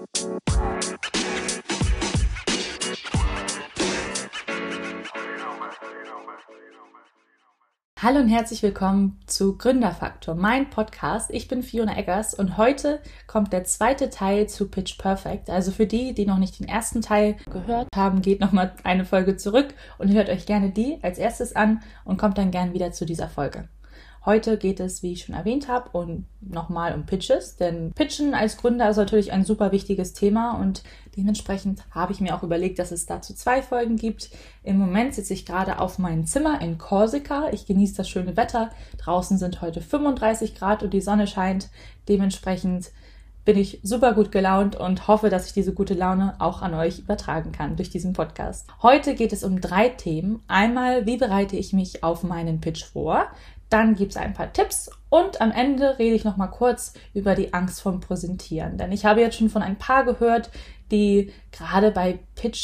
Hallo und herzlich willkommen zu Gründerfaktor, mein Podcast. Ich bin Fiona Eggers und heute kommt der zweite Teil zu Pitch Perfect. Also für die, die noch nicht den ersten Teil gehört haben, geht nochmal eine Folge zurück und hört euch gerne die als erstes an und kommt dann gerne wieder zu dieser Folge. Heute geht es, wie ich schon erwähnt habe, und nochmal um Pitches, denn Pitchen als Gründer ist natürlich ein super wichtiges Thema und dementsprechend habe ich mir auch überlegt, dass es dazu 2 Folgen gibt. Im Moment sitze ich gerade auf meinem Zimmer in Korsika. Ich genieße das schöne Wetter. Draußen sind heute 35 Grad und die Sonne scheint. Dementsprechend bin ich super gut gelaunt und hoffe, dass ich diese gute Laune auch an euch übertragen kann durch diesen Podcast. Heute geht es um 3 Themen. Einmal, wie bereite ich mich auf meinen Pitch vor? Dann gibt es ein paar Tipps und am Ende rede ich nochmal kurz über die Angst vorm Präsentieren. Denn ich habe jetzt schon von ein paar gehört, die gerade bei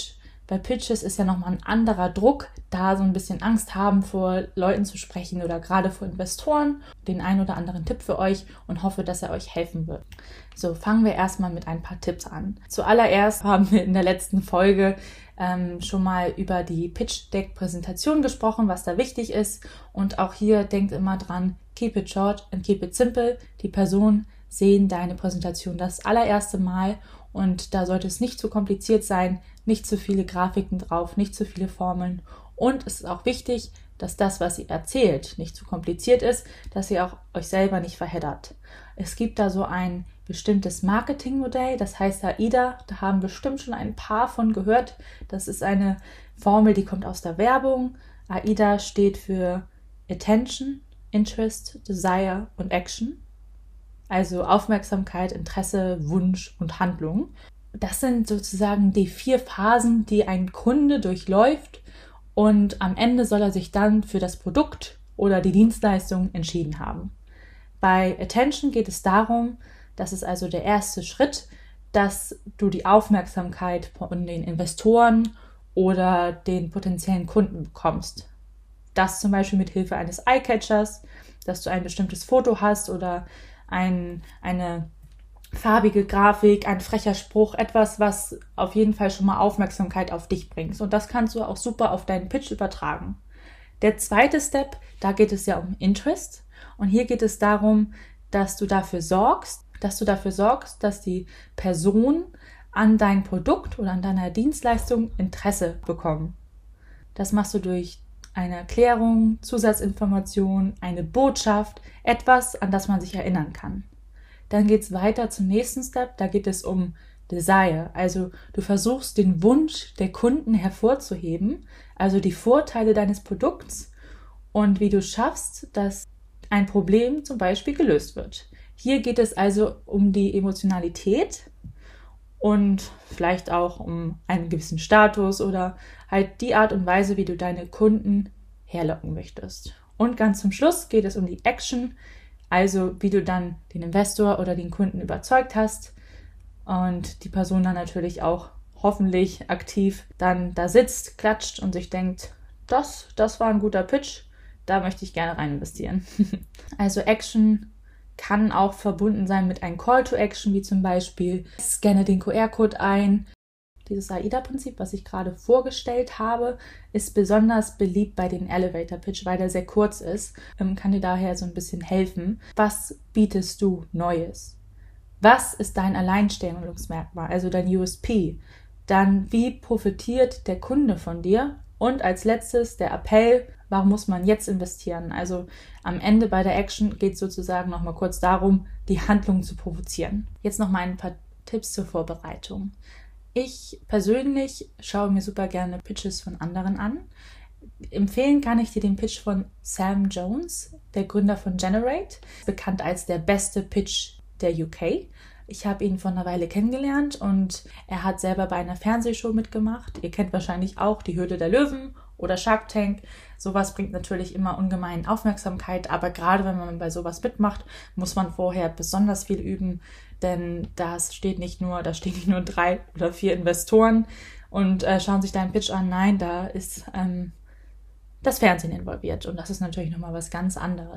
Pitches ist ja nochmal ein anderer Druck, da so ein bisschen Angst haben, vor Leuten zu sprechen oder gerade vor Investoren. Den einen oder anderen Tipp für euch und hoffe, dass er euch helfen wird. So, fangen wir erstmal mit ein paar Tipps an. Zuallererst haben wir in der letzten Folge schon mal über die Pitch-Deck-Präsentation gesprochen, was da wichtig ist. Und auch hier denkt immer dran, keep it short and keep it simple. Die Personen sehen deine Präsentation das allererste Mal und da sollte es nicht zu kompliziert sein, nicht zu viele Grafiken drauf, nicht zu viele Formeln. Und es ist auch wichtig, dass das, was ihr erzählt, nicht zu kompliziert ist, dass ihr auch euch selber nicht verheddert. Es gibt da so ein bestimmtes Marketingmodell, das heißt AIDA, da haben bestimmt schon ein paar von gehört. Das ist eine Formel, die kommt aus der Werbung. AIDA steht für Attention, Interest, Desire und Action. Also Aufmerksamkeit, Interesse, Wunsch und Handlung. Das sind sozusagen die 4 Phasen, die ein Kunde durchläuft und am Ende soll er sich dann für das Produkt oder die Dienstleistung entschieden haben. Bei Attention geht es darum, das ist also der erste Schritt, dass du die Aufmerksamkeit von den Investoren oder den potenziellen Kunden bekommst. Das zum Beispiel mit Hilfe eines Eyecatchers, dass du ein bestimmtes Foto hast oder eine farbige Grafik, ein frecher Spruch, etwas, was auf jeden Fall schon mal Aufmerksamkeit auf dich bringt. Und das kannst du auch super auf deinen Pitch übertragen. Der zweite Step, da geht es ja um Interest. Und hier geht es darum, dass du dafür sorgst, dass die Person an dein Produkt oder an deiner Dienstleistung Interesse bekommt. Das machst du durch eine Erklärung, Zusatzinformation, eine Botschaft, etwas, an das man sich erinnern kann. Dann geht es weiter zum nächsten Step, da geht es um Desire. Also du versuchst den Wunsch der Kunden hervorzuheben, also die Vorteile deines Produkts und wie du schaffst, dass ein Problem zum Beispiel gelöst wird. Hier geht es also um die Emotionalität und vielleicht auch um einen gewissen Status oder halt die Art und Weise, wie du deine Kunden herlocken möchtest. Und ganz zum Schluss geht es um die Action, also wie du dann den Investor oder den Kunden überzeugt hast und die Person dann natürlich auch hoffentlich aktiv dann da sitzt, klatscht und sich denkt, das war ein guter Pitch, da möchte ich gerne rein investieren. Also Action kann auch verbunden sein mit einem Call to Action, wie zum Beispiel scanne den QR-Code ein. Dieses AIDA-Prinzip, was ich gerade vorgestellt habe, ist besonders beliebt bei den Elevator Pitch, weil der sehr kurz ist, kann dir daher so ein bisschen helfen. Was bietest du Neues? Was ist dein Alleinstellungsmerkmal, also dein USP? Dann, wie profitiert der Kunde von dir? Und als letztes der Appell, warum muss man jetzt investieren? Also am Ende bei der Action geht es sozusagen nochmal kurz darum, die Handlung zu provozieren. Jetzt nochmal ein paar Tipps zur Vorbereitung. Ich persönlich schaue mir super gerne Pitches von anderen an. Empfehlen kann ich dir den Pitch von Sam Jones, der Gründer von Generate, bekannt als der beste Pitch der UK. Ich habe ihn vor einer Weile kennengelernt und er hat selber bei einer Fernsehshow mitgemacht. Ihr kennt wahrscheinlich auch die Höhle der Löwen oder Shark Tank. Sowas bringt natürlich immer ungemein Aufmerksamkeit, aber gerade wenn man bei sowas mitmacht, muss man vorher besonders viel üben, denn da stehen nicht nur 3 oder 4 Investoren und schauen sich deinen Pitch an. Nein, da ist das Fernsehen involviert und das ist natürlich nochmal was ganz anderes.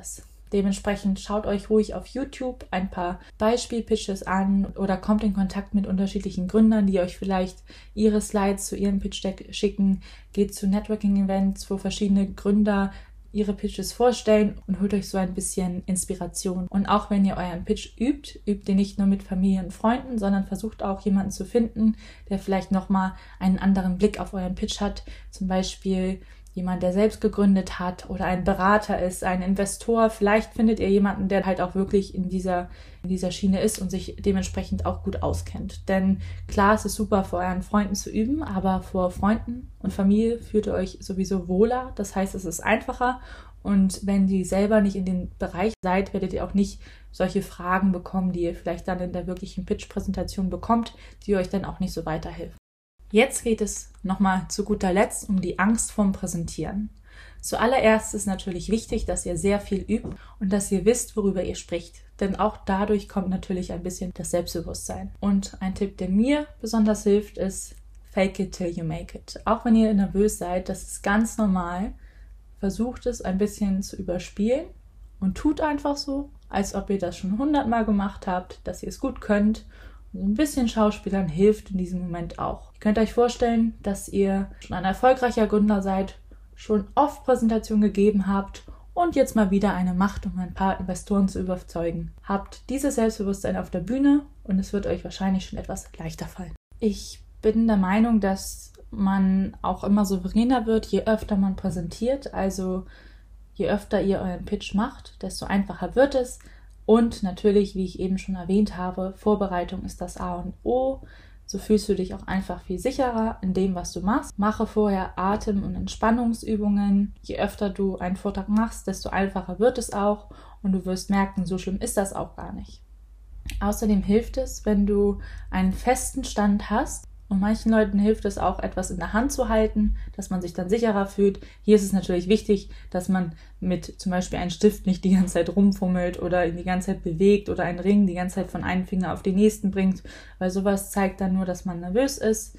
Dementsprechend schaut euch ruhig auf YouTube ein paar Beispiel-Pitches an oder kommt in Kontakt mit unterschiedlichen Gründern, die euch vielleicht ihre Slides zu ihrem Pitch-Deck schicken. Geht zu Networking-Events, wo verschiedene Gründer ihre Pitches vorstellen und holt euch so ein bisschen Inspiration. Und auch wenn ihr euren Pitch übt den nicht nur mit Familie und Freunden, sondern versucht auch jemanden zu finden, der vielleicht nochmal einen anderen Blick auf euren Pitch hat. Zum Beispiel jemand, der selbst gegründet hat oder ein Berater ist, ein Investor. Vielleicht findet ihr jemanden, der halt auch wirklich in dieser Schiene ist und sich dementsprechend auch gut auskennt. Denn klar, es ist super, vor euren Freunden zu üben, aber vor Freunden und Familie fühlt ihr euch sowieso wohler. Das heißt, es ist einfacher. Und wenn ihr selber nicht in dem Bereich seid, werdet ihr auch nicht solche Fragen bekommen, die ihr vielleicht dann in der wirklichen Pitch-Präsentation bekommt, die euch dann auch nicht so weiterhelfen. Jetzt geht es nochmal zu guter Letzt um die Angst vorm Präsentieren. Zuallererst ist natürlich wichtig, dass ihr sehr viel übt und dass ihr wisst, worüber ihr spricht. Denn auch dadurch kommt natürlich ein bisschen das Selbstbewusstsein. Und ein Tipp, der mir besonders hilft, ist fake it till you make it. Auch wenn ihr nervös seid, das ist ganz normal. Versucht es ein bisschen zu überspielen und tut einfach so, als ob ihr das schon 100-mal gemacht habt, dass ihr es gut könnt. Und ein bisschen Schauspielern hilft in diesem Moment auch. Ihr könnt euch vorstellen, dass ihr schon ein erfolgreicher Gründer seid, schon oft Präsentationen gegeben habt und jetzt mal wieder eine macht, um ein paar Investoren zu überzeugen. Habt dieses Selbstbewusstsein auf der Bühne und es wird euch wahrscheinlich schon etwas leichter fallen. Ich bin der Meinung, dass man auch immer souveräner wird, je öfter man präsentiert. Also je öfter ihr euren Pitch macht, desto einfacher wird es. Und natürlich, wie ich eben schon erwähnt habe, Vorbereitung ist das A und O. So fühlst du dich auch einfach viel sicherer in dem, was du machst. Mache vorher Atem- und Entspannungsübungen. Je öfter du einen Vortrag machst, desto einfacher wird es auch. Und du wirst merken, so schlimm ist das auch gar nicht. Außerdem hilft es, wenn du einen festen Stand hast. Und manchen Leuten hilft es auch, etwas in der Hand zu halten, dass man sich dann sicherer fühlt. Hier ist es natürlich wichtig, dass man mit zum Beispiel einem Stift nicht die ganze Zeit rumfummelt oder ihn die ganze Zeit bewegt oder einen Ring die ganze Zeit von einem Finger auf den nächsten bringt, weil sowas zeigt dann nur, dass man nervös ist.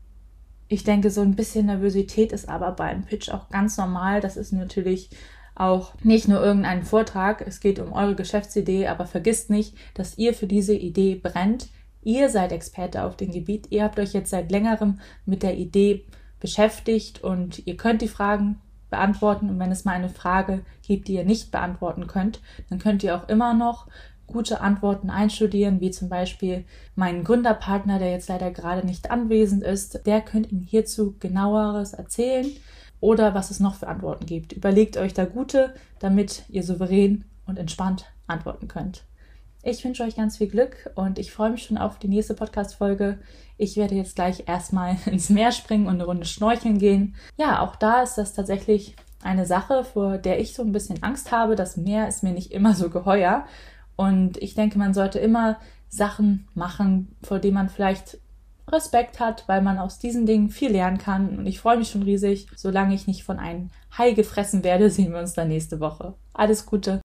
Ich denke, so ein bisschen Nervosität ist aber beim Pitch auch ganz normal. Das ist natürlich auch nicht nur irgendein Vortrag. Es geht um eure Geschäftsidee, aber vergisst nicht, dass ihr für diese Idee brennt. Ihr seid Experte auf dem Gebiet. Ihr habt euch jetzt seit längerem mit der Idee beschäftigt und ihr könnt die Fragen beantworten. Und wenn es mal eine Frage gibt, die ihr nicht beantworten könnt, dann könnt ihr auch immer noch gute Antworten einstudieren, wie zum Beispiel meinen Gründerpartner, der jetzt leider gerade nicht anwesend ist. Der könnte Ihnen hierzu genaueres erzählen oder was es noch für Antworten gibt. Überlegt euch da gute, damit ihr souverän und entspannt antworten könnt. Ich wünsche euch ganz viel Glück und ich freue mich schon auf die nächste Podcast-Folge. Ich werde jetzt gleich erstmal ins Meer springen und eine Runde schnorcheln gehen. Ja, auch da ist das tatsächlich eine Sache, vor der ich so ein bisschen Angst habe. Das Meer ist mir nicht immer so geheuer. Und ich denke, man sollte immer Sachen machen, vor denen man vielleicht Respekt hat, weil man aus diesen Dingen viel lernen kann. Und ich freue mich schon riesig. Solange ich nicht von einem Hai gefressen werde, sehen wir uns dann nächste Woche. Alles Gute!